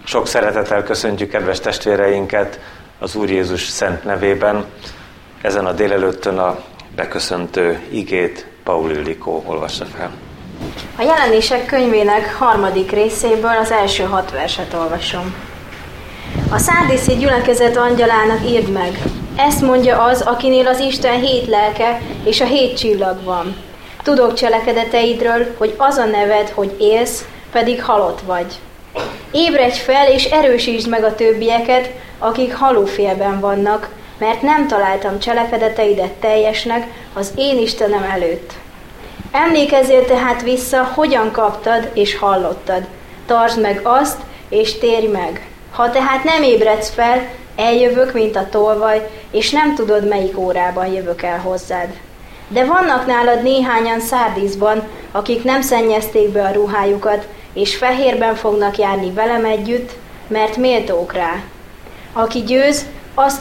Sok szeretettel köszöntjük kedves testvéreinket az Úr Jézus szent nevében. Ezen a délelőttön a beköszöntő igét Paul Ildikó olvassa fel. A Jelenések könyvének 3. részéből az első 6 verset olvasom. A szárdiszi gyülekezet angyalának írd meg. Ezt mondja az, akinél az Isten 7 lelke és a 7 csillag van. Tudok cselekedeteidről, hogy az a neved, hogy élsz, pedig halott vagy. Ébredj fel, és erősítsd meg a többieket, akik halófélben vannak, mert nem találtam cselekedeteidet teljesnek az én Istenem előtt. Emlékezzél tehát vissza, hogyan kaptad és hallottad. Tartsd meg azt, és térj meg. Ha tehát nem ébredsz fel, eljövök, mint a tolvaj, és nem tudod, melyik órában jövök el hozzád. De vannak nálad néhányan Szárdiszban, akik nem szennyezték be a ruhájukat, és fehérben fognak járni velem együtt, mert méltók rá. Aki győz, azt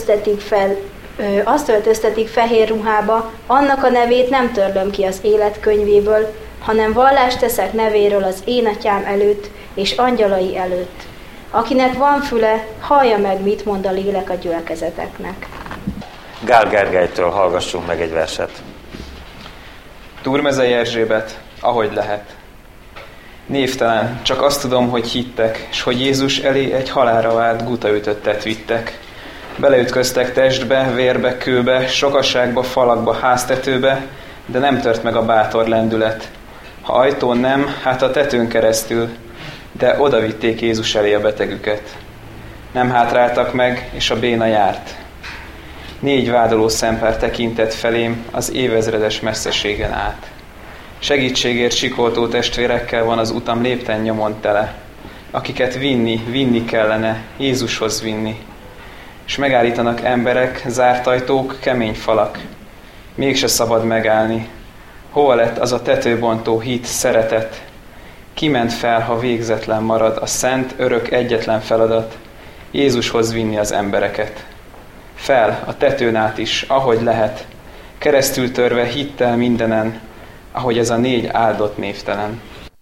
öltöztetik fehér ruhába, annak a nevét nem törlöm ki az életkönyvéből, hanem vallást teszek nevéről az én atyám előtt és angyalai előtt. Akinek van füle, hallja meg, mit mond a lélek a gyülekezeteknek. Gál Gergelytől hallgassunk meg egy verset. Turmezei Erzsébet, ahogy lehet. Névtelen, csak azt tudom, hogy hittek, s hogy Jézus elé egy halálra vált gutaütöttet vittek. Beleütköztek testbe, vérbe, kőbe, sokasságba, falakba, háztetőbe, de nem tört meg a bátor lendület. Ha ajtón nem, hát a tetőn keresztül, de odavitték Jézus elé a betegüket. Nem hátráltak meg, és a béna járt. 4 vádoló szempár tekintett felém az évezredes messzeségen át. Segítségért sikoltó testvérekkel van az utam lépten nyomon tele, akiket vinni kellene, Jézushoz vinni. És megállítanak emberek, zárt ajtók, kemény falak. Mégse szabad megállni. Hol lett az a tetőbontó hit, szeretet? Kiment fel, ha végzetlen marad a szent, örök, egyetlen feladat, Jézushoz vinni az embereket. Fel, a tetőn át is, ahogy lehet, keresztül törve hittel mindenen, ahogy ez a 4 áldott névtelen.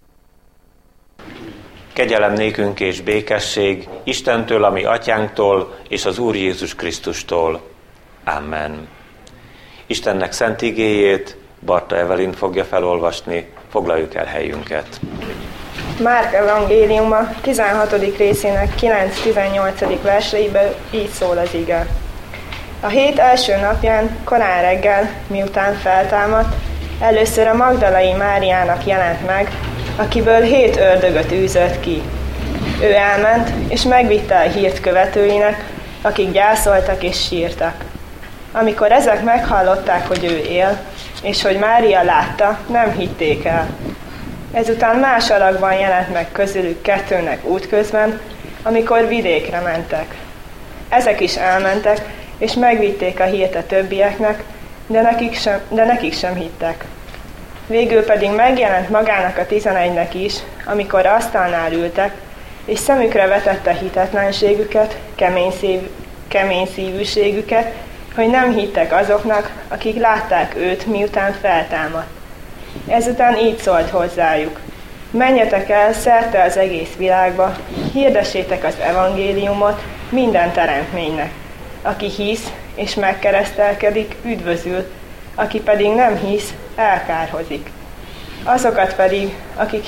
Kegyelem nékünk és békesség Istentől, ami atyánktól, és az Úr Jézus Krisztustól. Amen. Istennek szent igéjét Barta Evelin fogja felolvasni, foglaljuk el helyünket. Márk evangéliuma 16. részének 9-18. verseiben így szól az ige. A hét első napján, korán reggel, miután feltámadt, először a Magdalai Máriának jelent meg, akiből 7 ördögöt űzött ki. Ő elment, és megvitte a hírt követőinek, akik gyászoltak és sírtak. Amikor ezek meghallották, hogy ő él, és hogy Mária látta, nem hitték el. Ezután más alakban jelent meg közülük 2-nek útközben, amikor vidékre mentek. Ezek is elmentek, és megvitték a hírt a többieknek, de nekik sem hittek. Végül pedig megjelent magának a 11-nek is, amikor asztalnál ültek, és szemükre vetette hitetlenségüket, kemény szívűségüket, hogy nem hittek azoknak, akik látták őt, miután feltámadt. Ezután így szólt hozzájuk: menjetek el szerte az egész világba, hirdessétek az evangéliumot minden teremtménynek. Aki hisz és megkeresztelkedik, üdvözül, aki pedig nem hisz, elkárhozik. Azokat pedig, akik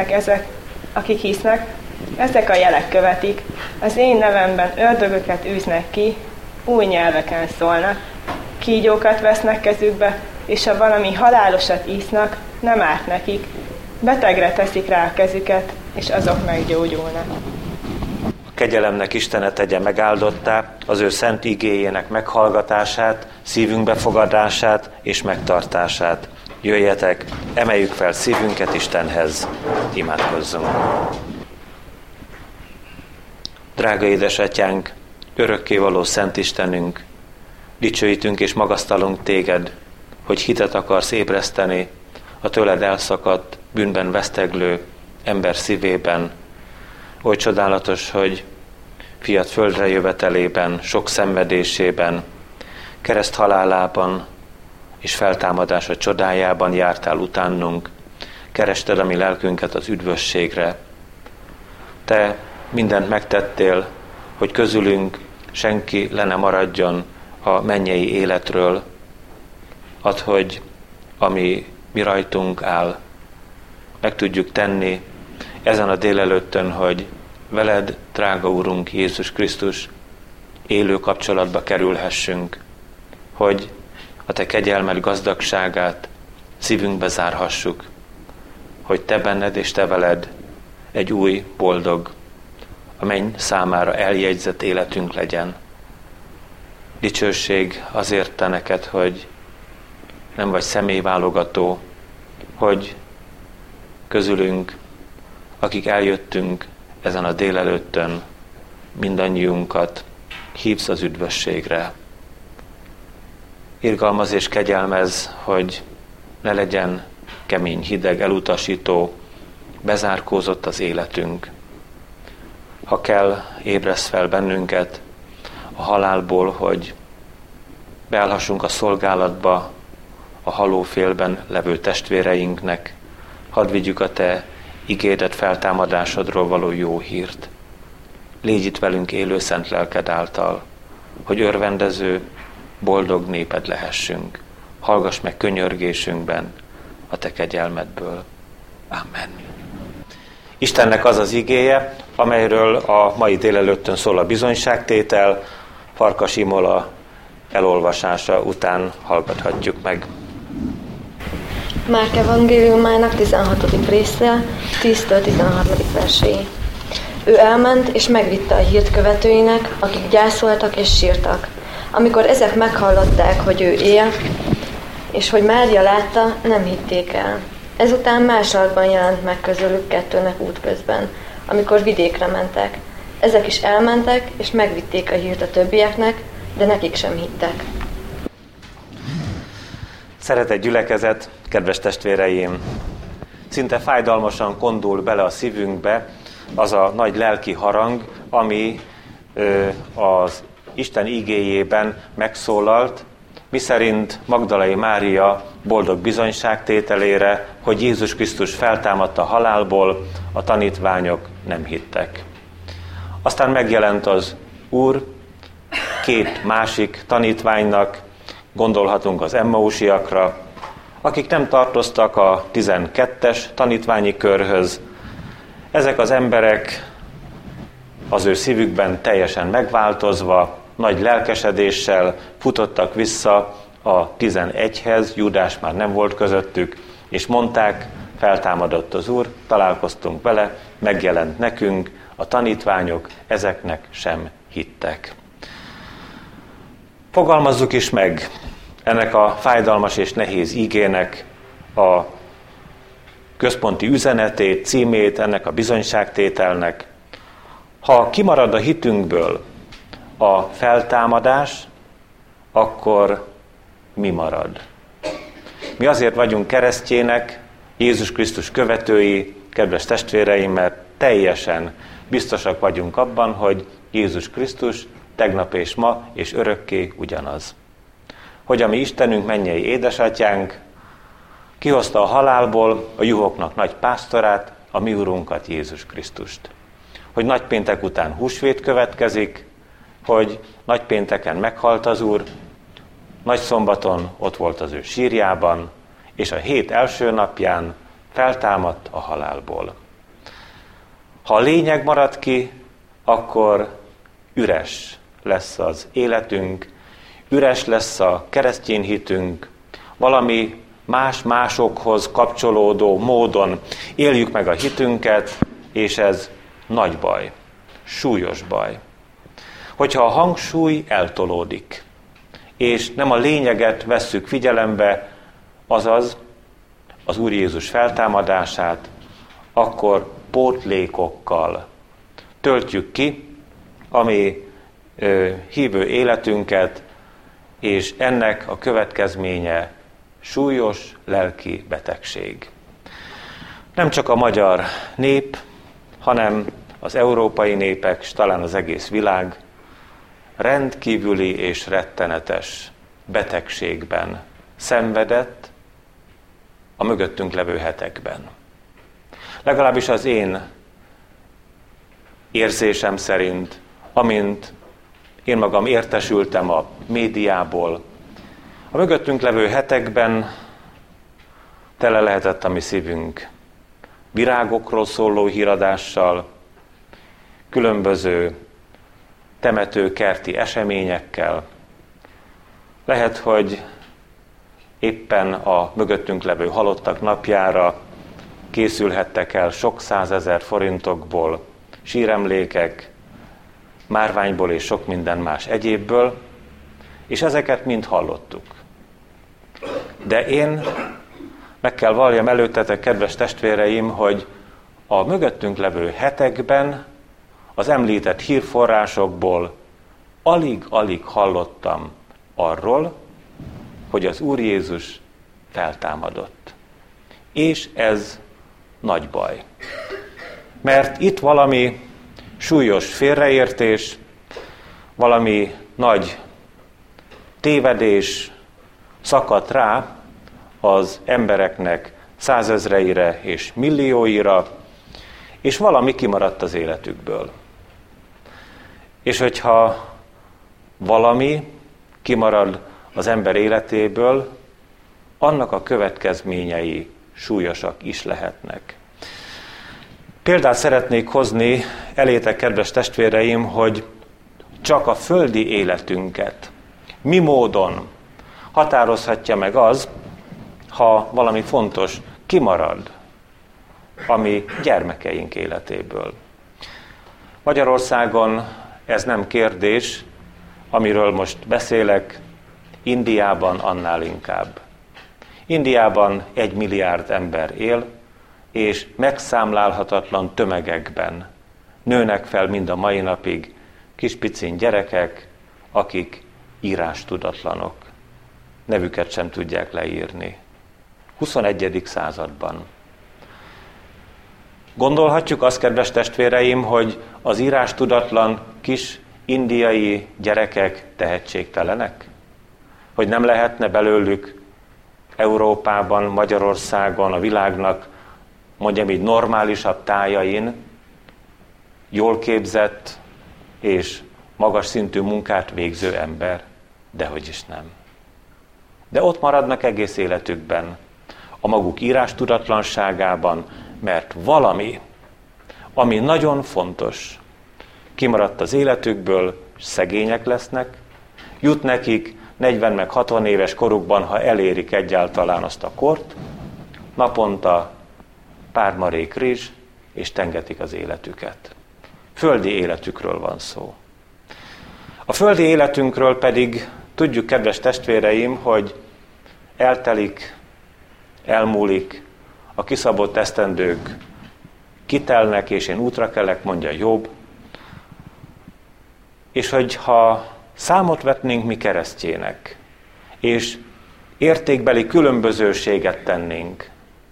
hisznek, ezek a jelek követik, az én nevemben ördögöket űznek ki, új nyelveken szólnak, kígyókat vesznek kezükbe, és ha valami halálosat isznak, nem árt nekik, betegre teszik rá a kezüket, és azok meggyógyulnak. A kegyelemnek Istene tegye megáldottá az ő szent igéjének meghallgatását, szívünk befogadását és megtartását. Jöjjetek, emeljük fel szívünket Istenhez, imádkozzunk. Drága édesatyánk, örökkévaló szent Istenünk, dicsőítünk és magasztalunk téged, hogy hitet akarsz ébreszteni a tőled elszakadt, bűnben veszteglő ember szívében. Oly csodálatos, hogy fiat földre jövetelében, sok szenvedésében, kereszt halálában és feltámadása csodájában jártál utánunk, kerested a mi lelkünket az üdvösségre. Te mindent megtettél, hogy közülünk senki le ne maradjon a mennyei életről. Add, hogy ami mi rajtunk áll, meg tudjuk tenni ezen a délelőttön, hogy veled, drága Urunk Jézus Krisztus, élő kapcsolatba kerülhessünk, hogy a te kegyelmed gazdagságát szívünkbe zárhassuk, hogy te benned és te veled egy új, boldog, a menny számára eljegyzett életünk legyen. Dicsőség azért te neked, hogy nem vagy személyválogató, hogy közülünk, akik eljöttünk ezen a délelőttön, mindannyiunkat hívsz az üdvösségre. Irgalmaz és kegyelmez, hogy ne legyen kemény, hideg, elutasító, bezárkózott az életünk. Ha kell, ébresz fel bennünket a halálból, hogy beállhassunk a szolgálatba a halófélben levő testvéreinknek, hadd vigyük a te igédet, feltámadásodról való jó hírt. Légy itt velünk élő szent lelked által, hogy örvendező, boldog néped lehessünk. Hallgass meg könyörgésünkben a te kegyelmedből. Amen. Istennek az az igéje, amelyről a mai délelőttön szól a bizonyságtétel, Farkas Imola elolvasása után hallgathatjuk meg. Márk evangéliumának 16. része, 10-től 13. verséig. Ő elment, és megvitte a hírt követőinek, akik gyászoltak és sírtak. Amikor ezek meghallották, hogy ő él, és hogy Mária látta, nem hitték el. Ezután más alakban jelent meg közülük kettőnek útközben, amikor vidékre mentek. Ezek is elmentek, és megvitték a hírt a többieknek, de nekik sem hittek. Szeretett gyülekezet, kedves testvéreim! Szinte fájdalmasan kondul bele a szívünkbe az a nagy lelki harang, ami az Isten igéjében megszólalt, miszerint Magdalai Mária boldog bizonyságtételére, hogy Jézus Krisztus feltámadta a halálból, a tanítványok nem hittek. Aztán megjelent az Úr két másik tanítványnak, gondolhatunk az emmausiakra, akik nem tartoztak a 12-es tanítványi körhöz. Ezek az emberek az ő szívükben teljesen megváltozva, nagy lelkesedéssel futottak vissza a 11-hez, Júdás már nem volt közöttük, és mondták, feltámadott az Úr, találkoztunk vele, megjelent nekünk, a tanítványok ezeknek sem hittek. Fogalmazzuk is meg ennek a fájdalmas és nehéz igének a központi üzenetét, címét, ennek a bizonyságtételnek. Ha kimarad a hitünkből a feltámadás, akkor mi marad? Mi azért vagyunk keresztjének, Jézus Krisztus követői, kedves testvéreim, mert teljesen biztosak vagyunk abban, hogy Jézus Krisztus tegnap és ma és örökké ugyanaz. Hogy a mi Istenünk, mennyei édesatyánk kihozta a halálból a juhoknak nagy pásztorát, a mi Urunkat, Jézus Krisztust. Hogy nagypéntek után húsvét következik, hogy nagypénteken meghalt az Úr, nagyszombaton ott volt az ő sírjában, és a hét első napján feltámadt a halálból. Ha a lényeg marad ki, akkor üres lesz az életünk, üres lesz a keresztény hitünk, valami másokhoz kapcsolódó módon éljük meg a hitünket, és ez nagy baj, súlyos baj. Hogyha a hangsúly eltolódik, és nem a lényeget vesszük figyelembe, azaz az Úr Jézus feltámadását, akkor pótlékokkal töltjük ki a mi hívő életünket, és ennek a következménye súlyos lelki betegség. Nem csak a magyar nép, hanem az európai népek, és talán az egész világ rendkívüli és rettenetes betegségben szenvedett a mögöttünk levő hetekben. Legalábbis az én érzésem szerint, amint én magam értesültem a médiából. A mögöttünk levő hetekben tele lehetett a mi szívünk virágokról szóló híradással, különböző temetőkerti eseményekkel. Lehet, hogy éppen a mögöttünk levő halottak napjára készülhettek el sok 100 000 forintokból síremlékek, márványból és sok minden más egyébből, és ezeket mind hallottuk. De én meg kell valljam előttetek, kedves testvéreim, hogy a mögöttünk levő hetekben az említett hírforrásokból alig-alig hallottam arról, hogy az Úr Jézus feltámadott. És ez nagy baj. Mert itt valami súlyos félreértés, valami nagy tévedés szakadt rá az embereknek 100 000-eire és millióira, és valami kimaradt az életükből. És hogyha valami kimarad az ember életéből, annak a következményei súlyosak is lehetnek. Példát szeretnék hozni elétek, kedves testvéreim, hogy csak a földi életünket mi módon határozhatja meg az, ha valami fontos kimarad a mi gyermekeink életéből. Magyarországon ez nem kérdés, amiről most beszélek, Indiában annál inkább. Indiában 1 milliárd ember él, és megszámlálhatatlan tömegekben nőnek fel mind a mai napig kispicin gyerekek, akik írástudatlanok. Nevüket sem tudják leírni. 21. században. Gondolhatjuk azt, kedves testvéreim, hogy az írástudatlan kis indiai gyerekek tehetségtelenek? Hogy nem lehetne belőlük Európában, Magyarországon, a világnak, mondjam így, normálisabb tájain jól képzett és magas szintű munkát végző ember? Dehogy is nem. De ott maradnak egész életükben, a maguk írástudatlanságában, mert valami, ami nagyon fontos, kimaradt az életükből, és szegények lesznek, jut nekik 40 meg 60 éves korukban, ha elérik egyáltalán azt a kort, naponta pár marék rizs, és tengetik az életüket. Földi életükről van szó. A földi életünkről pedig tudjuk, kedves testvéreim, hogy eltelik, elmúlik, a kiszabott esztendők kitelnek, és én útra kelek, mondja Jobb, és hogyha számot vetnénk mi keresztjének, és értékbeli különbözőséget tennénk,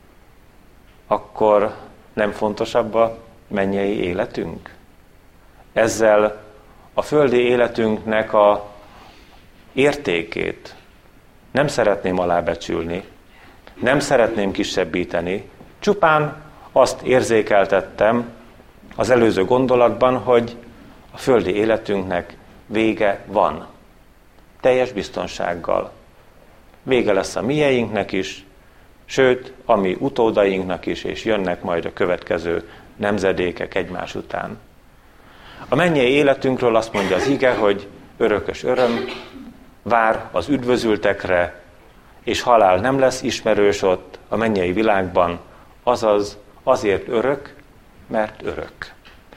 akkor nem fontosabb a mennyei életünk? Ezzel a földi életünknek a értékét nem szeretném alábecsülni, nem szeretném kisebbíteni, csupán azt érzékeltettem az előző gondolatban, hogy a földi életünknek vége van. Teljes biztonsággal. Vége lesz a mieinknek is, sőt, a mi utódainknak is, és jönnek majd a következő nemzedékek egymás után. A mennyei életünkről azt mondja az ige, hogy örökös öröm vár az üdvözültekre, és halál nem lesz ismerős ott a mennyei világban, azaz azért örök, mert örök.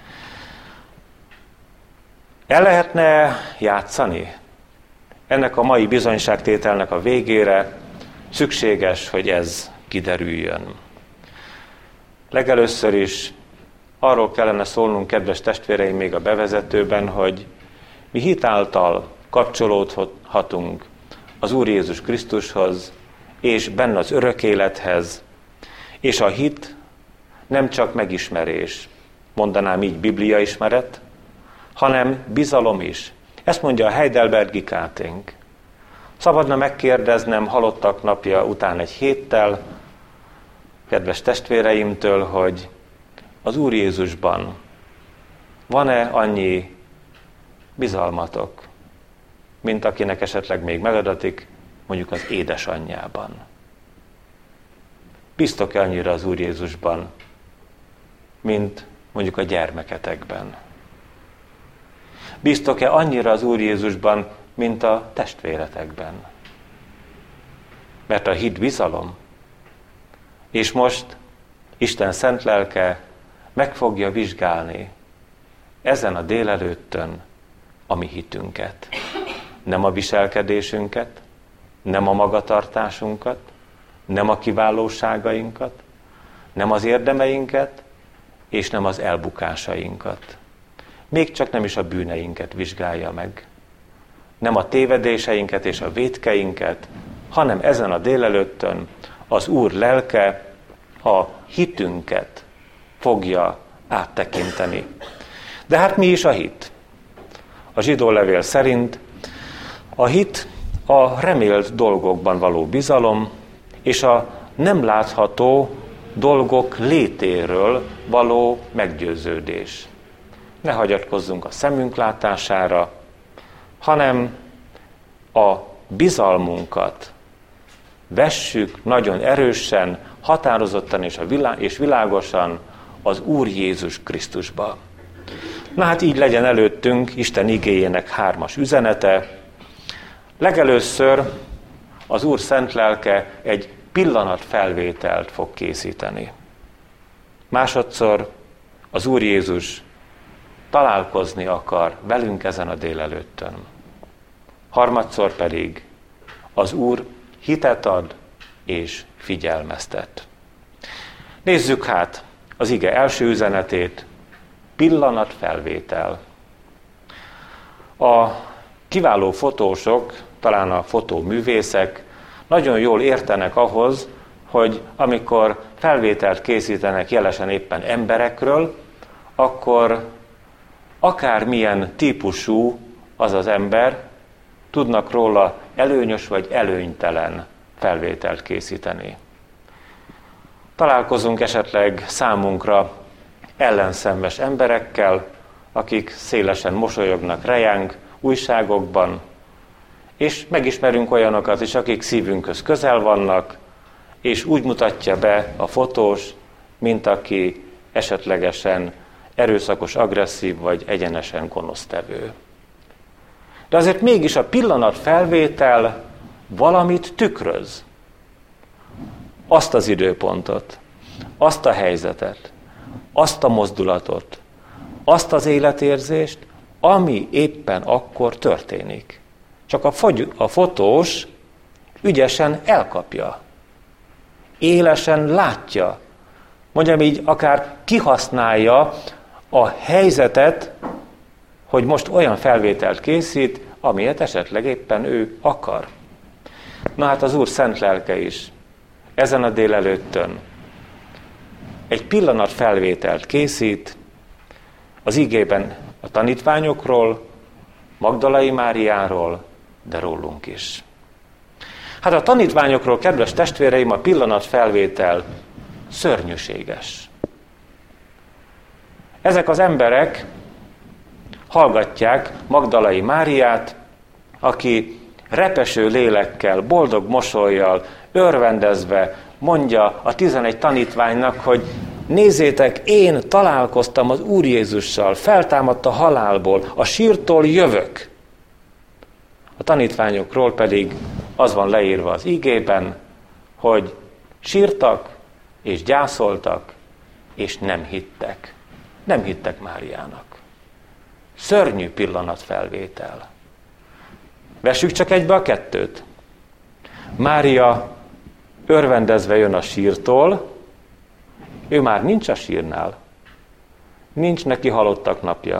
El lehetne játszani? Ennek a mai bizonyságtételnek a végére szükséges, hogy ez kiderüljön. Legelőször is arról kellene szólnunk, kedves testvéreim, még a bevezetőben, hogy mi hit által kapcsolódhatunk az Úr Jézus Krisztushoz, és benne az örök élethez, és a hit nem csak megismerés, mondanám így bibliaismeret, hanem bizalom is. Ezt mondja a Heidelbergi Káténk. Szabadna megkérdeznem halottak napja után egy héttel, kedves testvéreimtől, hogy az Úr Jézusban Van-e annyi bizalmatok, mint akinek esetleg még megadatik, mondjuk az édesanyjában? Bíztok-e annyira az Úr Jézusban, mint mondjuk a gyermeketekben? Bíztok-e annyira az Úr Jézusban, mint a testvéretekben? Mert a hit bizalom. És most Isten szent lelke meg fogja vizsgálni ezen a délelőttön a mi hitünket. Nem a viselkedésünket, nem a magatartásunkat, nem a kiválóságainkat, nem az érdemeinket, és nem az elbukásainkat. Még csak nem is a bűneinket vizsgálja meg. Nem a tévedéseinket és a vétkeinket, hanem ezen a délelőttön az Úr lelke a hitünket fogja áttekinteni. De hát mi is a hit? A zsidó levél szerint a hit a remélt dolgokban való bizalom, és a nem látható dolgok létéről való meggyőződés. Ne hagyatkozzunk a szemünk látására, hanem a bizalmunkat vessük nagyon erősen, határozottan és világosan az Úr Jézus Krisztusba. Na hát így legyen előttünk Isten igéjének 3 üzenete. Legelőször az Úr szent lelke egy pillanatfelvételt fog készíteni. Másodszor az Úr Jézus találkozni akar velünk ezen a délelőttön. Harmadszor pedig az Úr hitet ad és figyelmeztet. Nézzük hát az ige első üzenetét, pillanatfelvétel. A kiváló fotósok, talán a fotóművészek nagyon jól értenek ahhoz, hogy amikor felvételt készítenek jelesen éppen emberekről, akkor akármilyen típusú az az ember, tudnak róla előnyös vagy előnytelen felvételt készíteni. Találkozunk esetleg számunkra ellenszenves emberekkel, akik szélesen mosolyognak rejánk újságokban, és megismerünk olyanokat is, akik szívünkhöz közel vannak, és úgy mutatja be a fotós, mint aki esetlegesen erőszakos, agresszív vagy egyenesen gonosztevő. De azért mégis a pillanatfelvétel valamit tükröz. Azt az időpontot, azt a helyzetet, azt a mozdulatot, azt az életérzést, ami éppen akkor történik. Csak a fotós ügyesen elkapja, élesen látja, mondjam így, akár kihasználja a helyzetet, hogy most olyan felvételt készít, amilyet esetleg éppen ő akar. Na hát az Úr szent lelke is ezen a délelőttön egy pillanat felvételt készít az igében a tanítványokról, Magdalai Máriáról, de rólunk is. Hát a tanítványokról, kedves testvéreim, a pillanatfelvétel szörnyűséges. Ezek az emberek hallgatják Magdalai Máriát, aki repeső lélekkel, boldog mosollyal, örvendezve mondja a 11 tanítványnak, hogy nézzétek, én találkoztam az Úr Jézussal, feltámadt a halálból, a sírtól jövök. A tanítványokról pedig az van leírva az igében, hogy sírtak és gyászoltak, és nem hittek. Nem hittek Máriának. Szörnyű pillanatfelvétel. Vessük csak egybe a kettőt. Mária örvendezve jön a sírtól, ő már nincs a sírnál. Nincs neki halottak napja.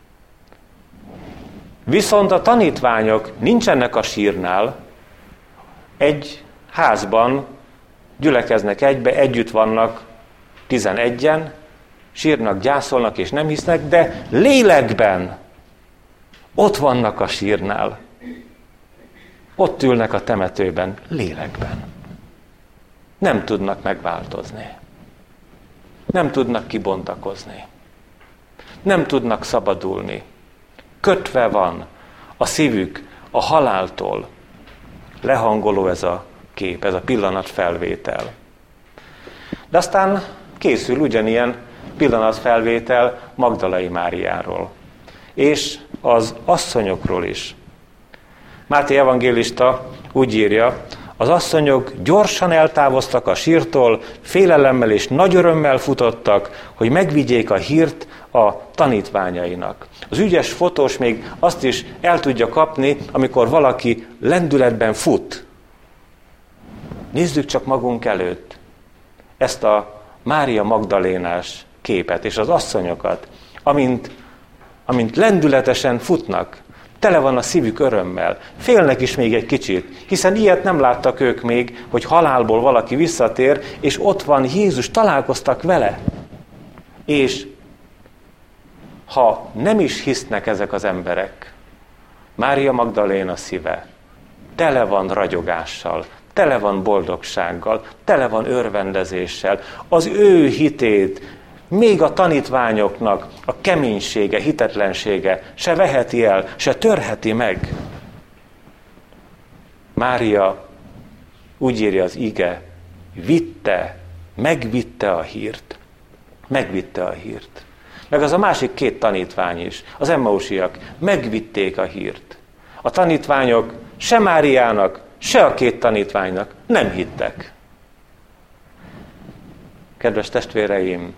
Viszont a tanítványok nincsenek a sírnál, egy házban gyülekeznek egybe, együtt vannak 11-en, sírnak, gyászolnak és nem hisznek, de lélekben ott vannak a sírnál. Ott ülnek a temetőben, lélekben. Nem tudnak megváltozni. Nem tudnak kibontakozni. Nem tudnak szabadulni. Kötve van a szívük a haláltól. Lehangoló ez a kép, ez a pillanatfelvétel. De aztán készül ugyanilyen pillanatfelvétel Magdalai Máriáról. És az asszonyokról is. Máté evangélista úgy írja, az asszonyok gyorsan eltávoztak a sírtól, félelemmel és nagy örömmel futottak, hogy megvigyék a hírt a tanítványainak. Az ügyes fotós még azt is el tudja kapni, amikor valaki lendületben fut. Nézzük csak magunk előtt ezt a Mária Magdalénás képet és az asszonyokat, amint lendületesen futnak. Tele van a szívük örömmel. Félnek is még egy kicsit, hiszen ilyet nem láttak ők még, hogy halálból valaki visszatér, és ott van Jézus, találkoztak vele. És ha nem is hisznek ezek az emberek, Mária Magdaléna szíve tele van ragyogással, tele van boldogsággal, tele van örvendezéssel. Az ő hitét még a tanítványoknak a keménysége, hitetlensége se veheti el, se törheti meg. Mária, úgy írja az ige, megvitte a hírt. Megvitte a hírt. Meg az a másik két tanítvány is, az emmausiak, megvitték a hírt. A tanítványok se Máriának, se a két tanítványnak nem hittek. Kedves testvéreim,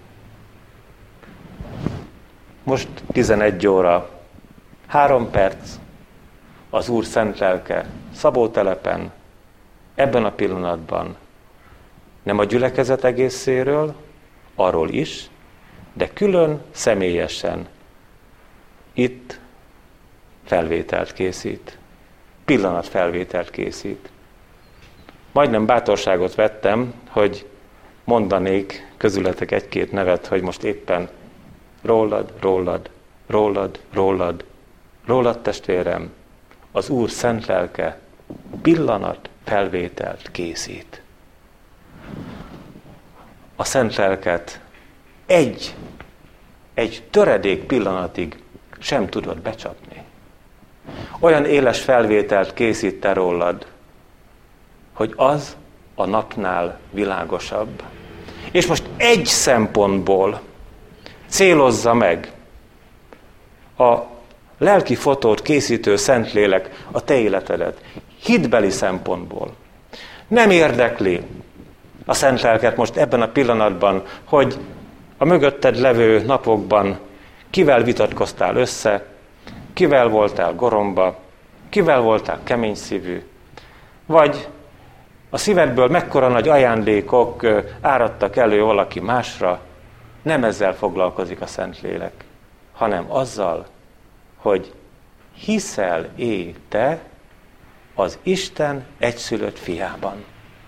most 11 óra, 3 perc, az Úr szent lelke Szabótelepen, ebben a pillanatban nem a gyülekezet egészéről, arról is, de külön, személyesen itt felvételt készít, pillanatfelvételt készít. Majdnem bátorságot vettem, hogy mondanék közületek egy-két nevet, hogy most éppen rólad, testvérem, az Úr szent lelke pillanatfelvételt készít. A szent lelket egy töredék pillanatig sem tudod becsapni. Olyan éles felvételt készít te rólad, hogy az a napnál világosabb. És most egy szempontból célozza meg a lelki fotót készítő Szentlélek a te életedet. Hitbeli szempontból. Nem érdekli a szent lelket most ebben a pillanatban, hogy a mögötted levő napokban kivel vitatkoztál össze, kivel voltál goromba, kivel voltál keményszívű, vagy a szívedből mekkora nagy ajándékok áradtak elő valaki másra. Nem ezzel foglalkozik a Szentlélek, hanem azzal, hogy hiszel-e te az Isten egyszülött fiában.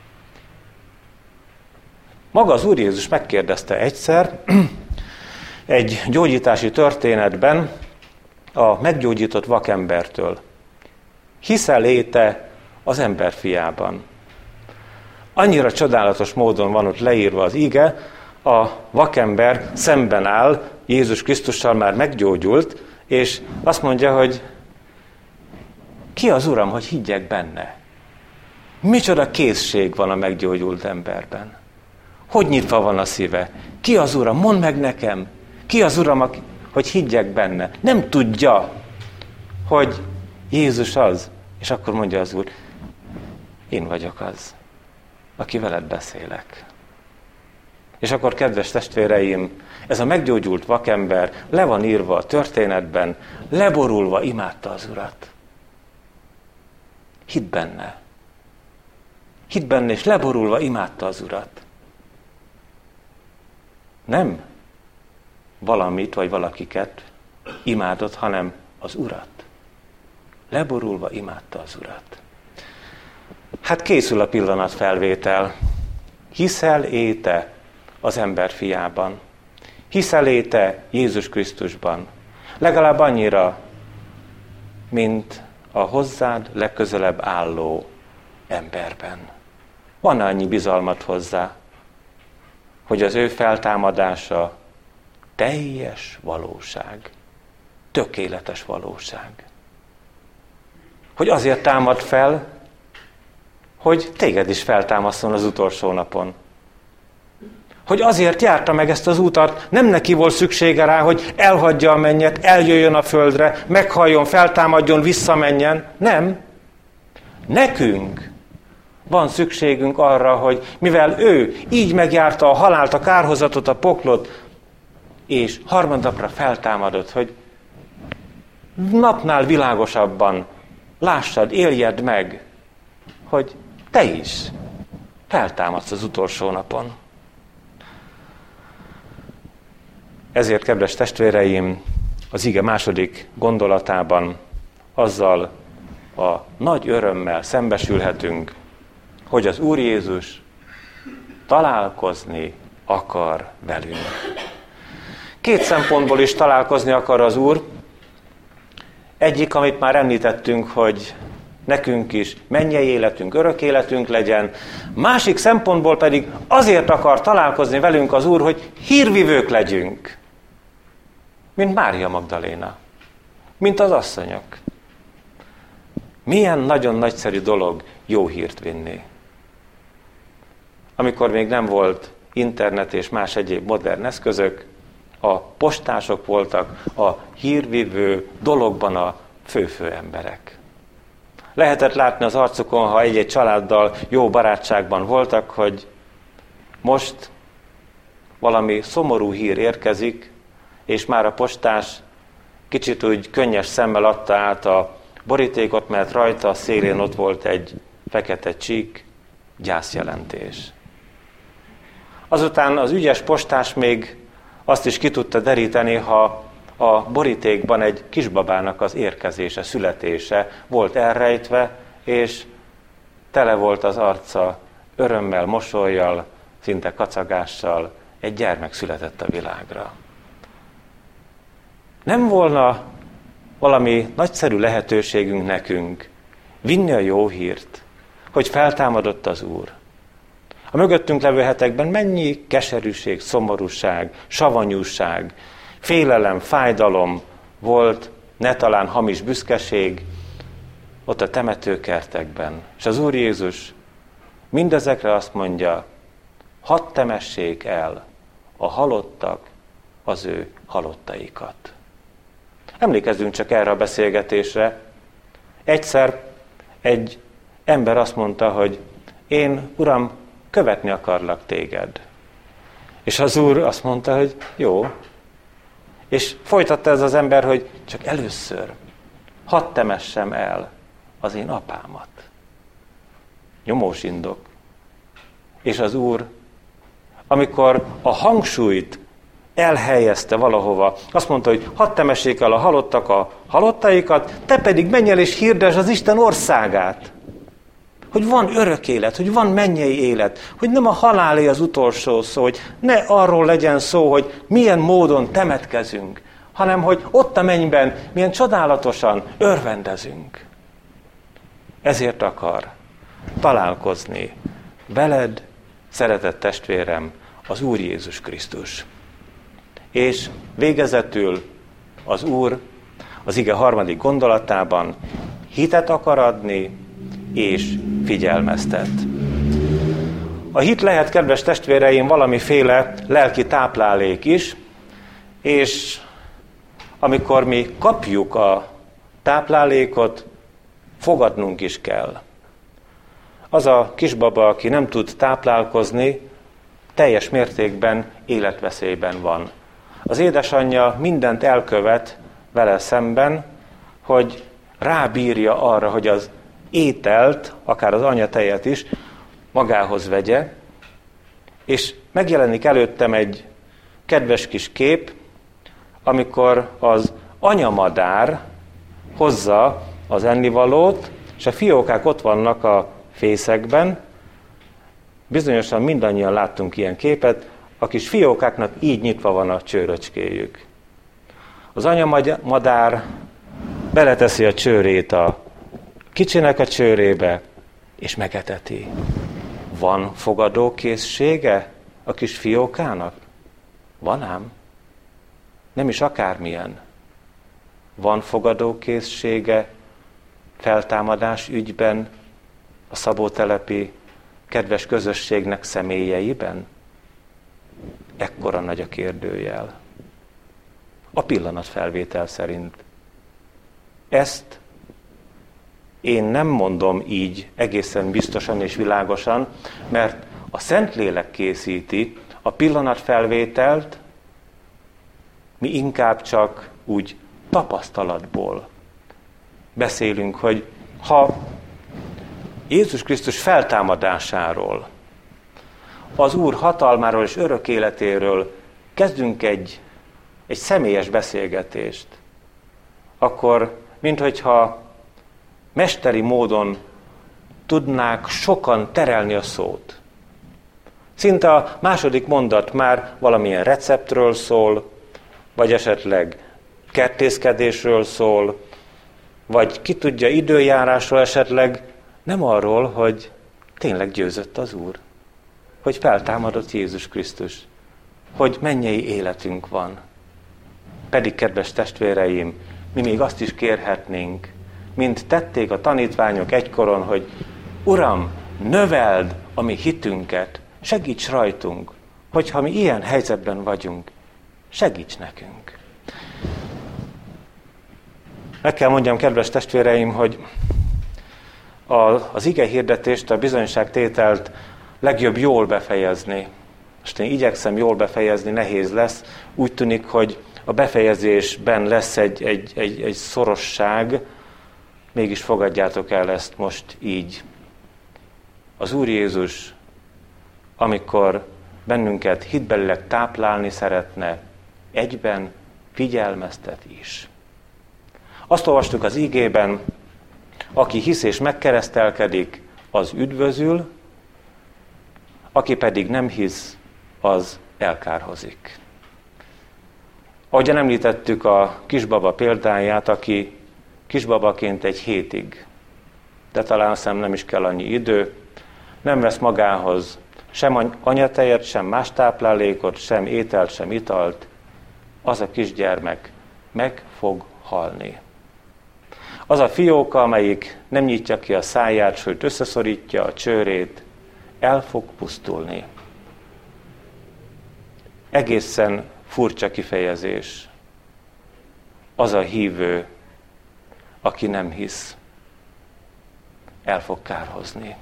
Maga az Úr Jézus megkérdezte egyszer egy gyógyítási történetben a meggyógyított vakembertől, hiszel-e te az ember fiában? Annyira csodálatos módon van ott leírva az ige, a vakember szemben áll, Jézus Krisztussal már meggyógyult, és azt mondja, hogy ki az Uram, hogy higgyek benne? Micsoda készség van a meggyógyult emberben. Hogy nyitva van a szíve? Ki az Uram? Mondd meg nekem. Ki az Uram, hogy higgyek benne? Nem tudja, hogy Jézus az. És akkor mondja az Úr, én vagyok az, aki veled beszélek. És akkor, kedves testvéreim, ez a meggyógyult vakember le van írva a történetben, leborulva imádta az Urat. Hidd benne. Hidd benne, és leborulva imádta az Urat. Nem valamit vagy valakiket imádott, hanem az Urat. Leborulva imádta az Urat. Hát készül a pillanatfelvétel. Hiszel-e te az ember fiában? Hiszel-e te Jézus Krisztusban? Legalább annyira, mint a hozzád legközelebb álló emberben. Van annyi bizalmat hozzá, hogy az ő feltámadása teljes valóság, tökéletes valóság. Hogy azért támad fel, hogy téged is feltámaszson az utolsó napon. Hogy azért járta meg ezt az utat, nem neki volt szüksége rá, hogy elhagyja a mennyet, eljöjjön a földre, meghalljon, feltámadjon, visszamenjen. Nem. Nekünk van szükségünk arra, hogy mivel ő így megjárta a halált, a kárhozatot, a poklot, és harmadnapra feltámadott, hogy napnál világosabban lássad, éljed meg, hogy te is feltámadsz az utolsó napon. Ezért, kedves testvéreim, az ige második gondolatában azzal a nagy örömmel szembesülhetünk, hogy az Úr Jézus találkozni akar velünk. Két szempontból is találkozni akar az Úr. Egyik, amit már említettünk, hogy nekünk is mennyei életünk, örök életünk legyen. Másik szempontból pedig azért akar találkozni velünk az Úr, hogy hírvivők legyünk. Mint Mária Magdaléna, mint az asszonyok. Milyen nagyon nagyszerű dolog jó hírt vinni. Amikor még nem volt internet és más egyéb modern eszközök, a postások voltak a hírvivő dologban a fő emberek. Lehetett látni az arcukon, ha egy-egy családdal jó barátságban voltak, hogy most valami szomorú hír érkezik, és már a postás kicsit úgy könnyes szemmel adta át a borítékot, mert rajta a szélén ott volt egy fekete csík, gyászjelentés. Azután az ügyes postás még azt is ki tudta deríteni, ha a borítékban egy kisbabának az érkezése, születése volt elrejtve, és tele volt az arca örömmel, mosollyal, szinte kacagással, egy gyermek született a világra. Nem volna valami nagyszerű lehetőségünk nekünk vinni a jó hírt, hogy feltámadott az Úr. A mögöttünk levő hetekben mennyi keserűség, szomorúság, savanyúság, félelem, fájdalom volt, ne talán hamis büszkeség ott a temetőkertekben. És az Úr Jézus mindezekre azt mondja, hadd temessék el a halottak az ő halottaikat. Emlékezzünk csak erre a beszélgetésre. Egyszer egy ember azt mondta, hogy én, Uram, követni akarlak téged. És az Úr azt mondta, hogy jó. És folytatta ez az ember, hogy csak először hadd temessem el az én apámat. Nyomós indok. És az Úr, amikor a hangsúlyt elhelyezte valahova, azt mondta, hogy hadd temessék el a halottak a halottaikat, te pedig menj el és hirdesd az Isten országát. Hogy van örök élet, hogy van mennyei élet, hogy nem a halálé az utolsó szó, hogy ne arról legyen szó, hogy milyen módon temetkezünk, hanem hogy ott a mennyben milyen csodálatosan örvendezünk. Ezért akar találkozni veled, szeretett testvérem, az Úr Jézus Krisztus. És végezetül az Úr az ige harmadik gondolatában hitet akar adni, és figyelmeztet. A hit lehet, kedves testvéreim, valamiféle lelki táplálék is, és amikor mi kapjuk a táplálékot, fogadnunk is kell. Az a kisbaba, aki nem tud táplálkozni, teljes mértékben életveszélyben van. Az édesanyja mindent elkövet vele szemben, hogy rábírja arra, hogy az ételt, akár az anyatejet is magához vegye, és megjelenik előttem egy kedves kis kép, amikor az anyamadár hozza az ennivalót, és a fiókák ott vannak a fészekben. Bizonyosan mindannyian láttunk ilyen képet, a kis fiókáknak így nyitva van a csőröcskéjük. Az anyamadár beleteszi a csőrét a kicsinek a csőrébe, és megeteti. Van fogadókészsége a kis fiókának? Van ám. nem is akármilyen. Van fogadókészsége feltámadás ügyben a szabótelepi kedves közösségnek személyeiben? Ekkora nagy a kérdőjel. A pillanatfelvétel szerint. Ezt én nem mondom így egészen biztosan és világosan, mert a Szentlélek készíti a pillanatfelvételt, mi inkább csak úgy tapasztalatból beszélünk, hogy ha Jézus Krisztus feltámadásáról, az Úr hatalmáról és örök életéről kezdünk egy személyes beszélgetést, akkor minthogyha mesteri módon tudnák sokan terelni a szót. Szinte a második mondat már valamilyen receptről szól, vagy esetleg kertészkedésről szól, vagy ki tudja időjárásról, esetleg nem arról, hogy tényleg győzött az Úr, hogy feltámadott Jézus Krisztus, hogy mennyei életünk van. Pedig, kedves testvéreim, mi még azt is kérhetnénk, mint tették a tanítványok egykoron, hogy Uram, növeld a mi hitünket, segíts rajtunk, hogyha mi ilyen helyzetben vagyunk, segíts nekünk. Meg kell mondjam, kedves testvéreim, hogy az ige hirdetést, a bizonyságtételt legjobb jól befejezni. Most én igyekszem jól befejezni, nehéz lesz. Úgy tűnik, hogy a befejezésben lesz egy szorosság, mégis fogadjátok el ezt most így. Az Úr Jézus, amikor bennünket hitbelileg táplálni szeretne, egyben figyelmeztet is. Azt olvastuk az igében, aki hisz és megkeresztelkedik, az üdvözül, aki pedig nem hisz, az elkárhozik. Ahogyan említettük a kisbaba példáját, aki kisbabaként egy hétig, de talán azt hiszem nem is kell annyi idő, nem vesz magához sem anyatejet, sem más táplálékot, sem ételt, sem italt, az a kisgyermek meg fog halni. Az a fióka, amelyik nem nyitja ki a száját, sőt összeszorítja a csőrét, el fog pusztulni. Egészen furcsa kifejezés. Az a hívő, aki nem hisz, el fog kárhozni.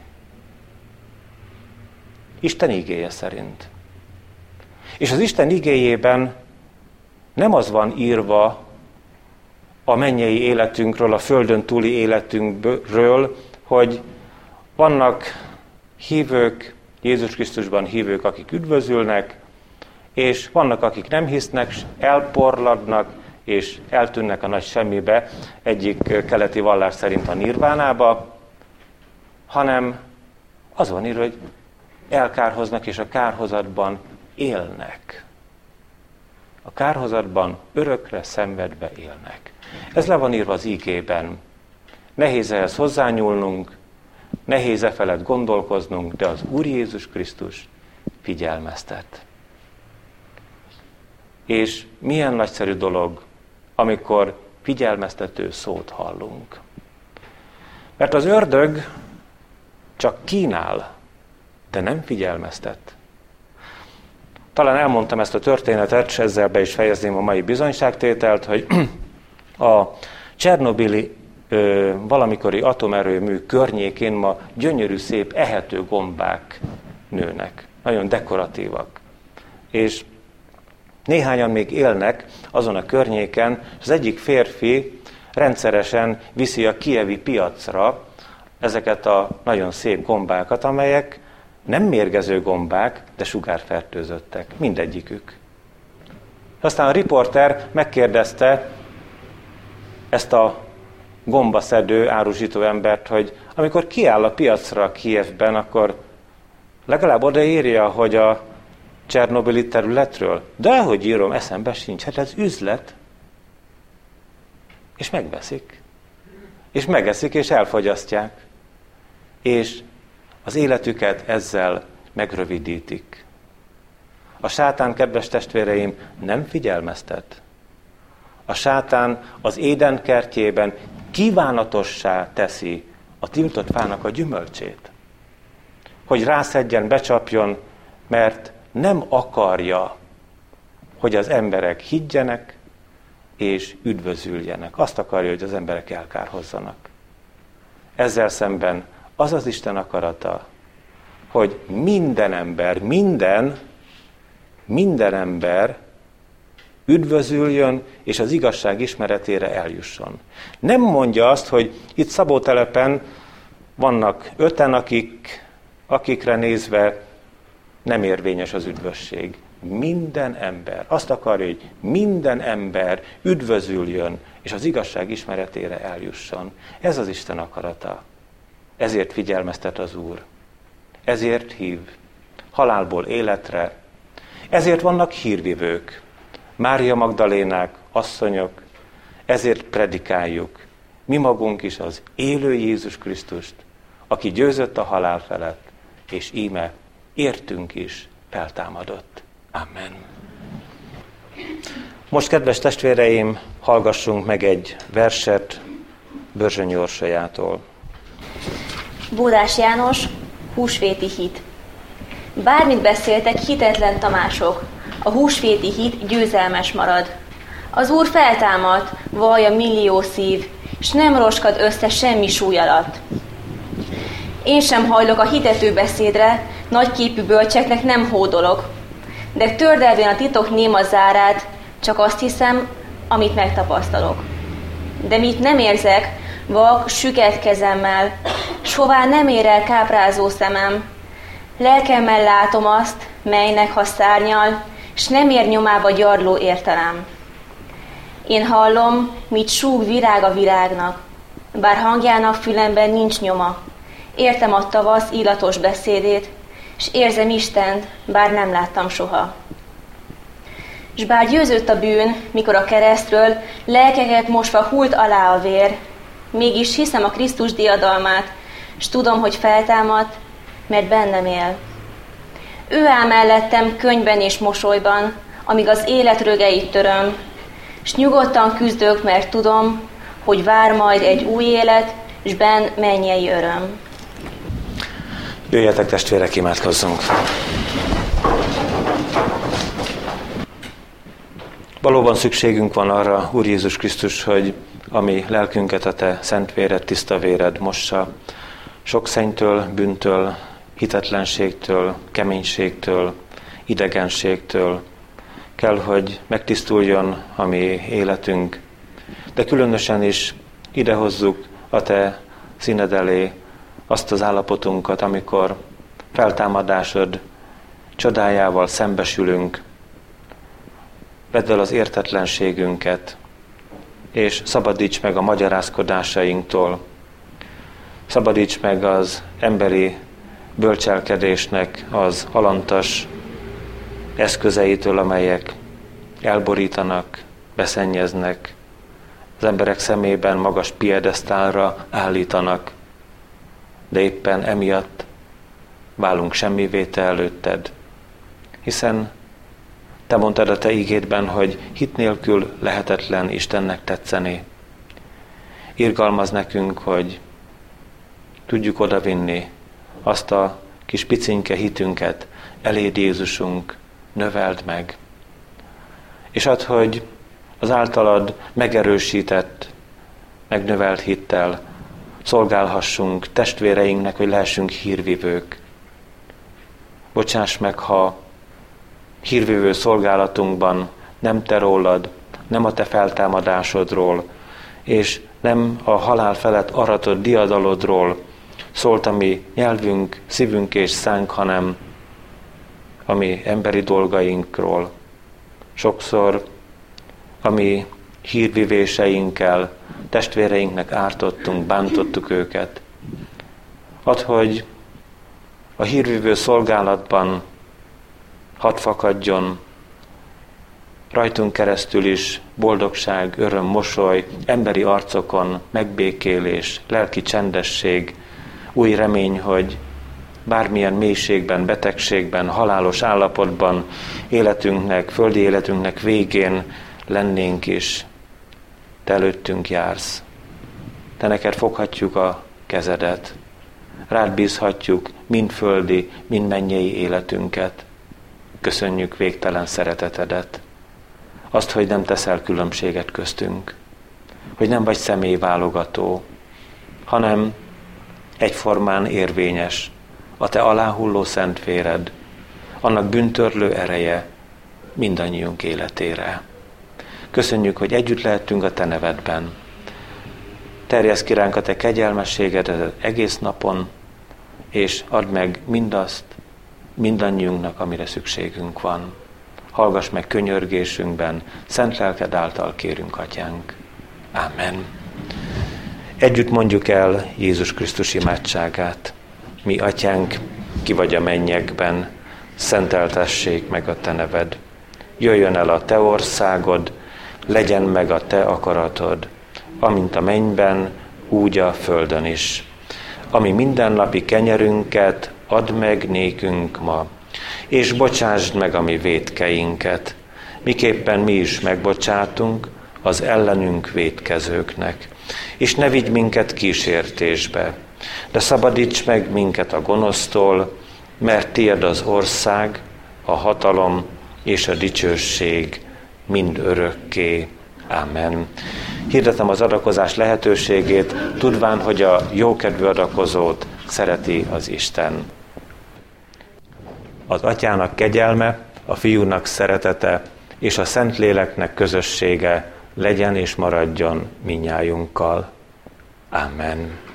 Isten igéje szerint. És az Isten igéjében nem az van írva a mennyei életünkről, a földön túli életünkről, hogy vannak hívők, Jézus Krisztusban hívők, akik üdvözülnek, és vannak, akik nem hisznek, elporladnak, és eltűnnek a nagy semmibe, egyik keleti vallás szerint a nirvánába, hanem az van írva, hogy elkárhoznak, és a kárhozatban élnek. A kárhozatban örökre szenvedve élnek. Ez le van írva az ígében. Nehéz ehhez hozzányúlnunk, nehéz e felett gondolkoznunk, de az Úr Jézus Krisztus figyelmeztet. És milyen nagyszerű dolog, amikor figyelmeztető szót hallunk. Mert az ördög csak kínál, de nem figyelmeztet. Talán elmondtam ezt a történetet, és ezzel be is fejezném a mai bizonyságtételt, hogy a csernobili valamikori atomerőmű környékén ma gyönyörű, szép, ehető gombák nőnek. Nagyon dekoratívak. És néhányan még élnek azon a környéken, és az egyik férfi rendszeresen viszi a kijevi piacra ezeket a nagyon szép gombákat, amelyek nem mérgező gombák, de sugárfertőzöttek. Mindegyikük. Aztán a riporter megkérdezte ezt a gombaszedő, árusító embert, hogy amikor kiáll a piacra Kijevben, akkor legalább odaírja, hogy a csernobili területről. De ahogy írom, eszembe sincs, hát ez üzlet. És megveszik. És megeszik, és elfogyasztják. És az életüket ezzel megrövidítik. A sátán, kedves testvéreim, nem figyelmeztet. A sátán az Éden kertjében kívánatossá teszi a tiltott fának a gyümölcsét. Hogy rászedjen, becsapjon, mert nem akarja, hogy az emberek higgyenek és üdvözüljenek. Azt akarja, hogy az emberek elkárhozzanak. Ezzel szemben az az Isten akarata, hogy minden ember üdvözüljön, és az igazság ismeretére eljusson. Nem mondja azt, hogy itt Szabótelepen vannak 5-en, akikre nézve nem érvényes az üdvösség. Minden ember. Azt akarja, hogy minden ember üdvözüljön, és az igazság ismeretére eljusson. Ez az Isten akarata. Ezért figyelmeztet az Úr. Ezért hív halálból életre. Ezért vannak hírvivők. Mária Magdalénák, asszonyok, ezért predikáljuk. Mi magunk is az élő Jézus Krisztust, aki győzött a halál felett, és íme értünk is feltámadott. Amen. Most, kedves testvéreim, hallgassunk meg egy verset Börzsönyi Orsolyától. Bódás János, húsvéti hit. Bármit beszéltek, hitetlen Tamások, a húsvéti hit győzelmes marad. Az Úr feltámadt, vallja millió szív, s nem roskad össze semmi súly alatt. Én sem hajlok a hitető beszédre, nagyképű bölcseknek nem hódolok, de tördelvén a titok néma zárát, csak azt hiszem, amit megtapasztalok. De mit nem érzek, vak, süket kezemmel, s hová nem ér el káprázó szemem, lelkemmel látom azt, melynek ha szárnyal, s nem ér nyomába gyarló értelem. Én hallom, mit súg virág a virágnak, bár hangjának fülemben nincs nyoma. Értem a tavasz illatos beszédét, s érzem Istent, bár nem láttam soha. S bár győzött a bűn, mikor a keresztről lelkeket mosva hult alá a vér, mégis hiszem a Krisztus diadalmát, s tudom, hogy feltámadt, mert bennem él. Ő áll mellettem könnyben és mosolyban, amíg az élet rögeit töröm, s nyugodtan küzdök, mert tudom, hogy vár majd egy új élet, s benn mennyei öröm. Jöjjetek, testvérek, imádkozzunk! Valóban szükségünk van arra, Úr Jézus Krisztus, hogy a mi lelkünket a Te szent véred, tiszta véred mossa, sok szennytől, bűntől, hitetlenségtől, keménységtől, idegenségtől. Kell, hogy megtisztuljon a mi életünk, de különösen is idehozzuk a Te színed elé azt az állapotunkat, amikor feltámadásod csodájával szembesülünk. Vedd el az értetlenségünket, és szabadíts meg a magyarázkodásainktól. Szabadíts meg az emberi bölcselkedésnek az alantas eszközeitől, amelyek elborítanak, beszennyeznek, az emberek szemében magas piedesztálra állítanak, de éppen emiatt válunk semmivé Te előtted. Hiszen Te mondtad a Te ígédben, hogy hit nélkül lehetetlen Istennek tetszeni. Irgalmaz nekünk, hogy tudjuk odavinni azt a kis picinke hitünket, eléd Jézusunk, növeld meg. És add, hogy az általad megerősített, megnövelt hittel szolgálhassunk testvéreinknek, hogy lehessünk hírvivők. Bocsáss meg, ha hírvivő szolgálatunkban nem Te rólad, nem a Te feltámadásodról, és nem a halál felett aratott diadalodról szólt a mi nyelvünk, szívünk és szánk, hanem a mi emberi dolgainkról. Sokszor a mi hírvivéseinkkel testvéreinknek ártottunk, bántottuk őket. Add, hogy a hírvivő szolgálatban hadd fakadjon rajtunk keresztül is boldogság, öröm, mosoly, emberi arcokon, megbékélés, lelki csendesség, új remény, hogy bármilyen mélységben, betegségben, halálos állapotban, életünknek, földi életünknek végén lennénk is. Te előttünk jársz. Te neked foghatjuk a kezedet. Rád bízhatjuk mind földi, mind mennyei életünket. Köszönjük végtelen szeretetedet. Azt, hogy nem teszel különbséget köztünk. Hogy nem vagy személyválogató, hanem egyformán érvényes a Te aláhulló szent véred, annak bűntörlő ereje mindannyiunk életére. Köszönjük, hogy együtt lehetünk a Te nevedben. Terjeszd ki ránk a Te kegyelmességedet egész napon, és add meg mindazt mindannyiunknak, amire szükségünk van. Hallgass meg könyörgésünkben, szent lelked által kérünk, Atyánk. Amen. Együtt mondjuk el Jézus Krisztus imádságát. Mi, Atyánk, ki vagy a mennyekben, szenteltessék meg a Te neved. Jöjjön el a Te országod, legyen meg a Te akaratod, amint a mennyben, úgy a földön is. Ami mindennapi kenyerünket add meg nékünk ma, és bocsásd meg a mi vétkeinket, miképpen mi is megbocsátunk az ellenünk vétkezőknek. És ne vigy minket kísértésbe, de szabadíts meg minket a gonosztól, mert tied az ország, a hatalom és a dicsőség mind örökké. Amen. Hirdetem az adakozás lehetőségét, tudván, hogy a jókedvű adakozót szereti az Isten. Az Atyának kegyelme, a Fiúnak szeretete és a Szentléleknek közössége legyen és maradjon mindnyájunkkal. Amen.